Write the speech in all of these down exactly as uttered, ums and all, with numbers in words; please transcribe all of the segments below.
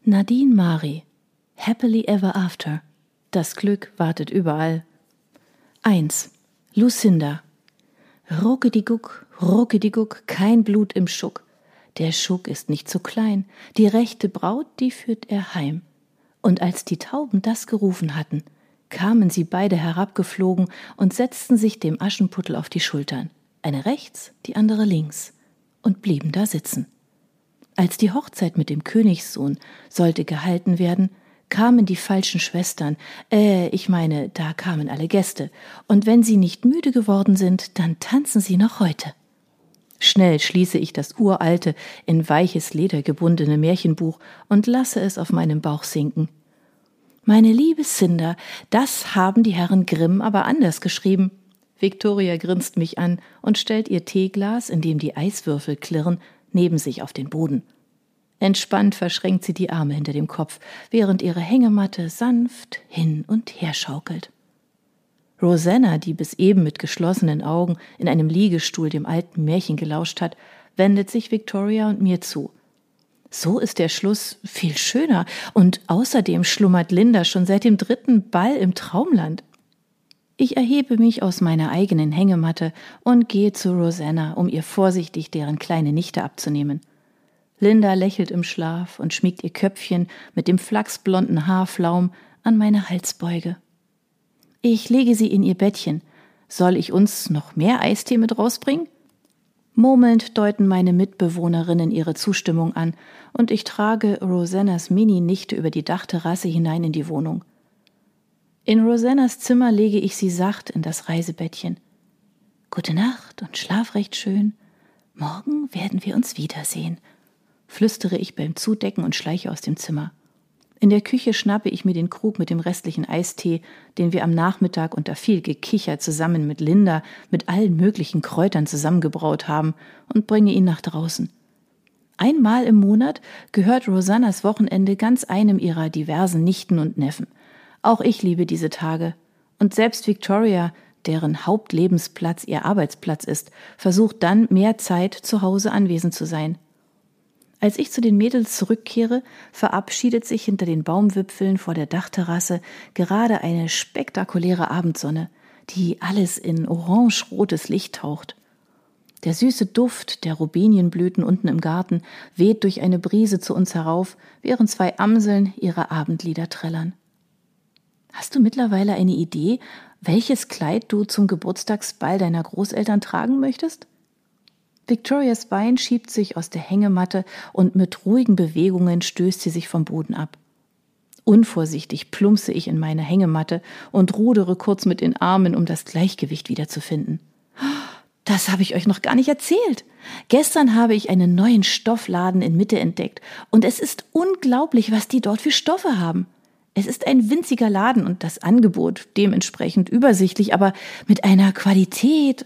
Nadine Mari, Happily Ever After. Das Glück wartet überall. eins. Lucinda. Ruckidiguck, ruckidiguck, kein Blut im Schuck. Der Schuck ist nicht zu klein, die rechte Braut, die führt er heim. Und als die Tauben das gerufen hatten, kamen sie beide herabgeflogen und setzten sich dem Aschenputtel auf die Schultern, eine rechts, die andere links, und blieben da sitzen. Als die Hochzeit mit dem Königssohn sollte gehalten werden, kamen die falschen Schwestern, äh, ich meine, da kamen alle Gäste, und wenn sie nicht müde geworden sind, dann tanzen sie noch heute. Schnell schließe ich das uralte, in weiches Leder gebundene Märchenbuch und lasse es auf meinem Bauch sinken. Meine liebe Cinda, das haben die Herren Grimm aber anders geschrieben. Victoria grinst mich an und stellt ihr Teeglas, in dem die Eiswürfel klirren, neben sich auf den Boden. Entspannt verschränkt sie die Arme hinter dem Kopf, während ihre Hängematte sanft hin und her schaukelt. Rosanna, die bis eben mit geschlossenen Augen in einem Liegestuhl dem alten Märchen gelauscht hat, wendet sich Victoria und mir zu. So ist der Schluss viel schöner, und außerdem schlummert Linda schon seit dem dritten Ball im Traumland. Ich erhebe mich aus meiner eigenen Hängematte und gehe zu Rosanna, um ihr vorsichtig deren kleine Nichte abzunehmen. Linda lächelt im Schlaf und schmiegt ihr Köpfchen mit dem flachsblonden Haarflaum an meine Halsbeuge. Ich lege sie in ihr Bettchen. Soll ich uns noch mehr Eistee mit rausbringen? Murmelnd deuten meine Mitbewohnerinnen ihre Zustimmung an, und ich trage Rosannas Mini-Nichte über die Dachterrasse hinein in die Wohnung. In Rosannas Zimmer lege ich sie sacht in das Reisebettchen. Gute Nacht und schlaf recht schön. Morgen werden wir uns wiedersehen, flüstere ich beim Zudecken und schleiche aus dem Zimmer. In der Küche schnappe ich mir den Krug mit dem restlichen Eistee, den wir am Nachmittag unter viel Gekicher zusammen mit Linda mit allen möglichen Kräutern zusammengebraut haben, und bringe ihn nach draußen. Einmal im Monat gehört Rosannas Wochenende ganz einem ihrer diversen Nichten und Neffen. Auch ich liebe diese Tage. Und selbst Victoria, deren Hauptlebensplatz ihr Arbeitsplatz ist, versucht dann, mehr Zeit zu Hause anwesend zu sein. Als ich zu den Mädels zurückkehre, verabschiedet sich hinter den Baumwipfeln vor der Dachterrasse gerade eine spektakuläre Abendsonne, die alles in orange-rotes Licht taucht. Der süße Duft der Robinienblüten unten im Garten weht durch eine Brise zu uns herauf, während zwei Amseln ihre Abendlieder trällern. Hast du mittlerweile eine Idee, welches Kleid du zum Geburtstagsball deiner Großeltern tragen möchtest? Victorias Bein schiebt sich aus der Hängematte und mit ruhigen Bewegungen stößt sie sich vom Boden ab. Unvorsichtig plumpse ich in meine Hängematte und rudere kurz mit den Armen, um das Gleichgewicht wiederzufinden. Das habe ich euch noch gar nicht erzählt. Gestern habe ich einen neuen Stoffladen in Mitte entdeckt, und es ist unglaublich, was die dort für Stoffe haben. Es ist ein winziger Laden und das Angebot dementsprechend übersichtlich, aber mit einer Qualität.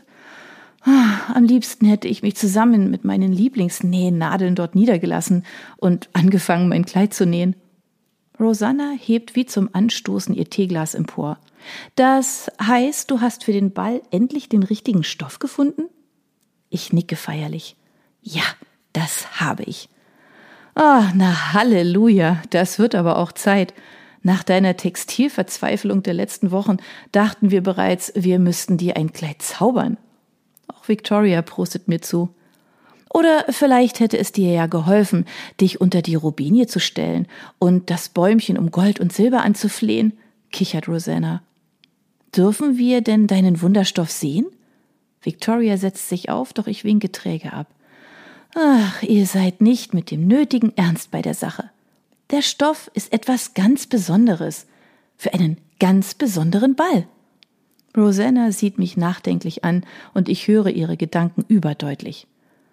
Am liebsten hätte ich mich zusammen mit meinen Lieblingsnähnadeln dort niedergelassen und angefangen, mein Kleid zu nähen. Rosanna hebt wie zum Anstoßen ihr Teeglas empor. Das heißt, du hast für den Ball endlich den richtigen Stoff gefunden? Ich nicke feierlich. Ja, das habe ich. Ah, na Halleluja, das wird aber auch Zeit. Nach deiner Textilverzweiflung der letzten Wochen dachten wir bereits, wir müssten dir ein Kleid zaubern. Auch Victoria prostet mir zu. Oder vielleicht hätte es dir ja geholfen, dich unter die Robinie zu stellen und das Bäumchen um Gold und Silber anzuflehen, kichert Rosanna. Dürfen wir denn deinen Wunderstoff sehen? Victoria setzt sich auf, doch ich winke träge ab. Ach, ihr seid nicht mit dem nötigen Ernst bei der Sache. Der Stoff ist etwas ganz Besonderes, für einen ganz besonderen Ball. Rosanna sieht mich nachdenklich an und ich höre ihre Gedanken überdeutlich.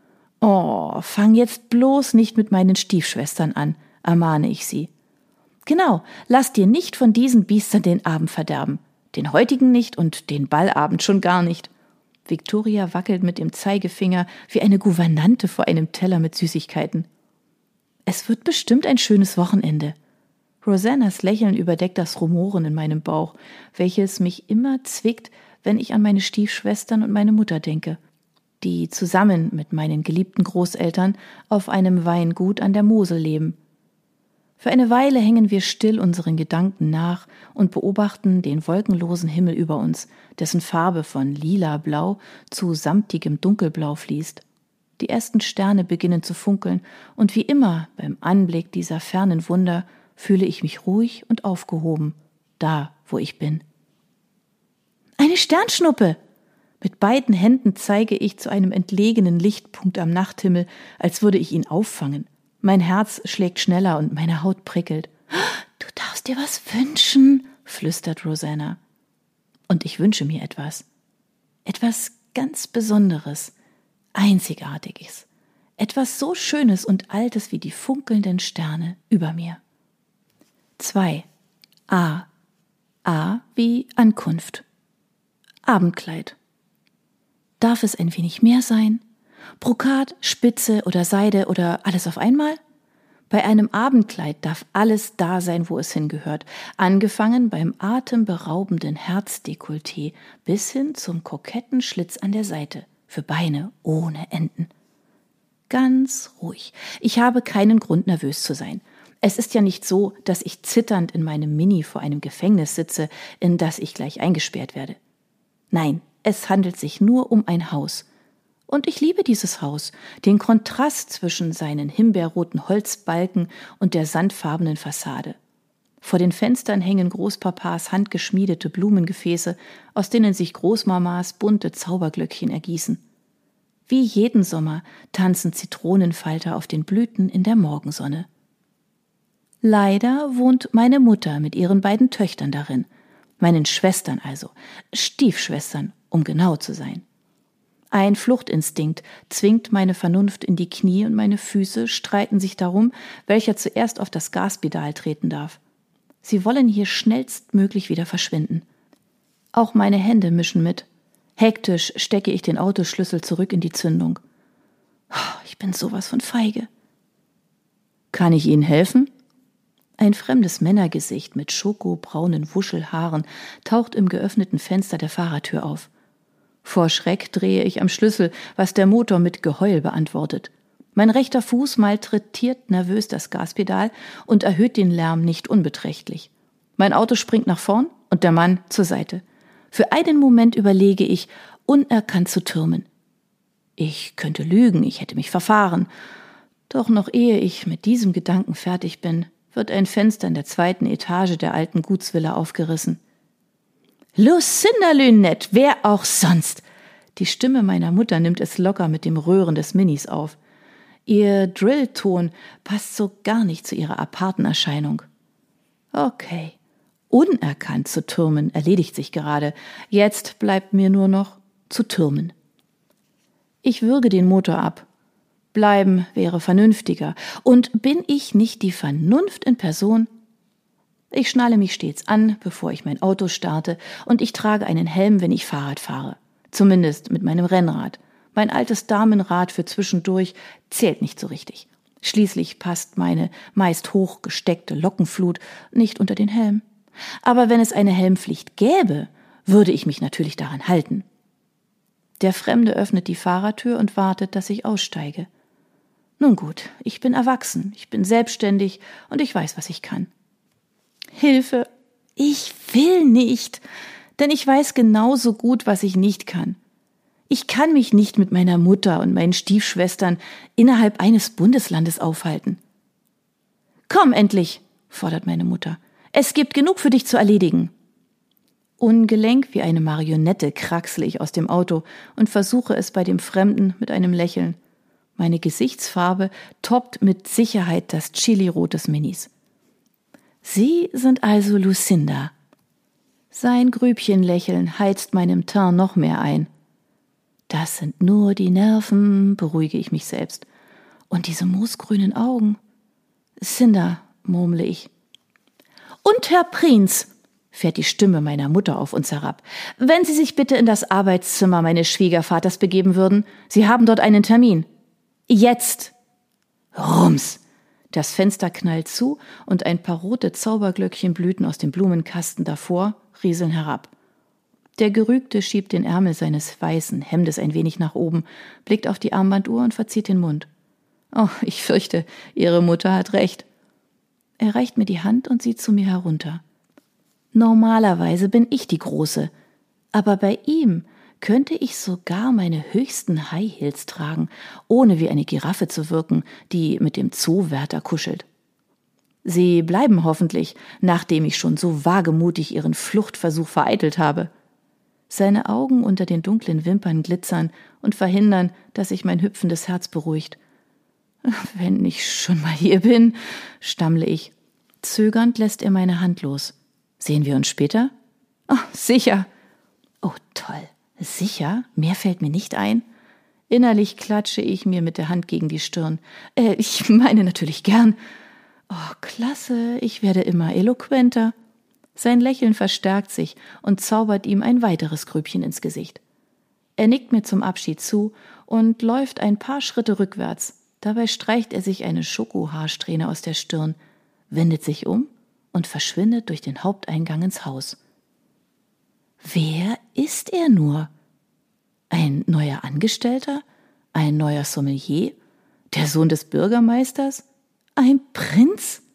Oh, fang jetzt bloß nicht mit meinen Stiefschwestern an, ermahne ich sie. Genau, lass dir nicht von diesen Biestern den Abend verderben. Den heutigen nicht und den Ballabend schon gar nicht. Victoria wackelt mit dem Zeigefinger wie eine Gouvernante vor einem Teller mit Süßigkeiten. Es wird bestimmt ein schönes Wochenende. Rosannas Lächeln überdeckt das Rumoren in meinem Bauch, welches mich immer zwickt, wenn ich an meine Stiefschwestern und meine Mutter denke, die zusammen mit meinen geliebten Großeltern auf einem Weingut an der Mosel leben. Für eine Weile hängen wir still unseren Gedanken nach und beobachten den wolkenlosen Himmel über uns, dessen Farbe von lila-blau zu samtigem Dunkelblau fließt. Die ersten Sterne beginnen zu funkeln, und wie immer beim Anblick dieser fernen Wunder fühle ich mich ruhig und aufgehoben, da, wo ich bin. Eine Sternschnuppe! Mit beiden Händen zeige ich zu einem entlegenen Lichtpunkt am Nachthimmel, als würde ich ihn auffangen. Mein Herz schlägt schneller und meine Haut prickelt. »Du darfst dir was wünschen«, flüstert Rosanna. Und ich wünsche mir etwas. Etwas ganz Besonderes, Einzigartiges. Etwas so Schönes und Altes wie die funkelnden Sterne über mir. Zwei. A. A wie Ankunft. Abendkleid. Darf es ein wenig mehr sein? Brokat, Spitze oder Seide oder alles auf einmal? Bei einem Abendkleid darf alles da sein, wo es hingehört, angefangen beim atemberaubenden Herzdekolleté bis hin zum koketten Schlitz an der Seite, für Beine ohne Enden. Ganz ruhig. Ich habe keinen Grund, nervös zu sein. Es ist ja nicht so, dass ich zitternd in meinem Mini vor einem Gefängnis sitze, in das ich gleich eingesperrt werde. Nein, es handelt sich nur um ein Haus. Und ich liebe dieses Haus, den Kontrast zwischen seinen himbeerroten Holzbalken und der sandfarbenen Fassade. Vor den Fenstern hängen Großpapas handgeschmiedete Blumengefäße, aus denen sich Großmamas bunte Zauberglöckchen ergießen. Wie jeden Sommer tanzen Zitronenfalter auf den Blüten in der Morgensonne. Leider wohnt meine Mutter mit ihren beiden Töchtern darin, meinen Schwestern also, Stiefschwestern, um genau zu sein. Ein Fluchtinstinkt zwingt meine Vernunft in die Knie und meine Füße streiten sich darum, welcher zuerst auf das Gaspedal treten darf. Sie wollen hier schnellstmöglich wieder verschwinden. Auch meine Hände mischen mit. Hektisch stecke ich den Autoschlüssel zurück in die Zündung. Ich bin sowas von feige. Kann ich Ihnen helfen? Ein fremdes Männergesicht mit schokobraunen Wuschelhaaren taucht im geöffneten Fenster der Fahrertür auf. Vor Schreck drehe ich am Schlüssel, was der Motor mit Geheul beantwortet. Mein rechter Fuß malträtiert nervös das Gaspedal und erhöht den Lärm nicht unbeträchtlich. Mein Auto springt nach vorn und der Mann zur Seite. Für einen Moment überlege ich, unerkannt zu türmen. Ich könnte lügen, ich hätte mich verfahren. Doch noch ehe ich mit diesem Gedanken fertig bin, wird ein Fenster in der zweiten Etage der alten Gutsvilla aufgerissen. »Lucinda Lynette, wer auch sonst!« Die Stimme meiner Mutter nimmt es locker mit dem Röhren des Minis auf. Ihr Drillton passt so gar nicht zu ihrer aparten Erscheinung. Okay, unerkannt zu türmen erledigt sich gerade. Jetzt bleibt mir nur noch zu türmen. Ich würge den Motor ab. Bleiben wäre vernünftiger. Und bin ich nicht die Vernunft in Person? Ich schnalle mich stets an, bevor ich mein Auto starte, und ich trage einen Helm, wenn ich Fahrrad fahre. Zumindest mit meinem Rennrad. Mein altes Damenrad für zwischendurch zählt nicht so richtig. Schließlich passt meine meist hochgesteckte Lockenflut nicht unter den Helm. Aber wenn es eine Helmpflicht gäbe, würde ich mich natürlich daran halten. Der Fremde öffnet die Fahrertür und wartet, dass ich aussteige. Nun gut, ich bin erwachsen, ich bin selbstständig und ich weiß, was ich kann. Hilfe! Ich will nicht, denn ich weiß genauso gut, was ich nicht kann. Ich kann mich nicht mit meiner Mutter und meinen Stiefschwestern innerhalb eines Bundeslandes aufhalten. »Komm endlich«, fordert meine Mutter. »Es gibt genug für dich zu erledigen.« Ungelenk wie eine Marionette kraxle ich aus dem Auto und versuche es bei dem Fremden mit einem Lächeln. Meine Gesichtsfarbe toppt mit Sicherheit das Chilirot des Minis. »Sie sind also Lucinda.« Sein Grübchenlächeln heizt meinem Teint noch mehr ein. »Das sind nur die Nerven«, beruhige ich mich selbst. »Und diese moosgrünen Augen.« »Cinda«, murmle ich. »Und Herr Prinz«, fährt die Stimme meiner Mutter auf uns herab, »wenn Sie sich bitte in das Arbeitszimmer meines Schwiegervaters begeben würden. Sie haben dort einen Termin. Jetzt!« Rums! Das Fenster knallt zu und ein paar rote Zauberglöckchenblüten aus dem Blumenkasten davor rieseln herab. Der Gerügte schiebt den Ärmel seines weißen Hemdes ein wenig nach oben, blickt auf die Armbanduhr und verzieht den Mund. »Oh, ich fürchte, Ihre Mutter hat recht.« Er reicht mir die Hand und sieht zu mir herunter. Normalerweise bin ich die Große, aber bei ihm könnte ich sogar meine höchsten High Heels tragen, ohne wie eine Giraffe zu wirken, die mit dem Zoowärter kuschelt. Sie bleiben hoffentlich, nachdem ich schon so wagemutig ihren Fluchtversuch vereitelt habe. Seine Augen unter den dunklen Wimpern glitzern und verhindern, dass sich mein hüpfendes Herz beruhigt. »Wenn ich schon mal hier bin«, stammle ich. Zögernd lässt er meine Hand los. »Sehen wir uns später?« »Oh, sicher.« »Oh, toll. Sicher? Mehr fällt mir nicht ein.« Innerlich klatsche ich mir mit der Hand gegen die Stirn. Äh, ich meine natürlich gern. »Oh, klasse, ich werde immer eloquenter.« Sein Lächeln verstärkt sich und zaubert ihm ein weiteres Grübchen ins Gesicht. Er nickt mir zum Abschied zu und läuft ein paar Schritte rückwärts. Dabei streicht er sich eine Schokohaarsträhne aus der Stirn, wendet sich um und verschwindet durch den Haupteingang ins Haus. Wer ist er nur? Ein neuer Angestellter? Ein neuer Sommelier? Der Sohn des Bürgermeisters? Ein Prinz?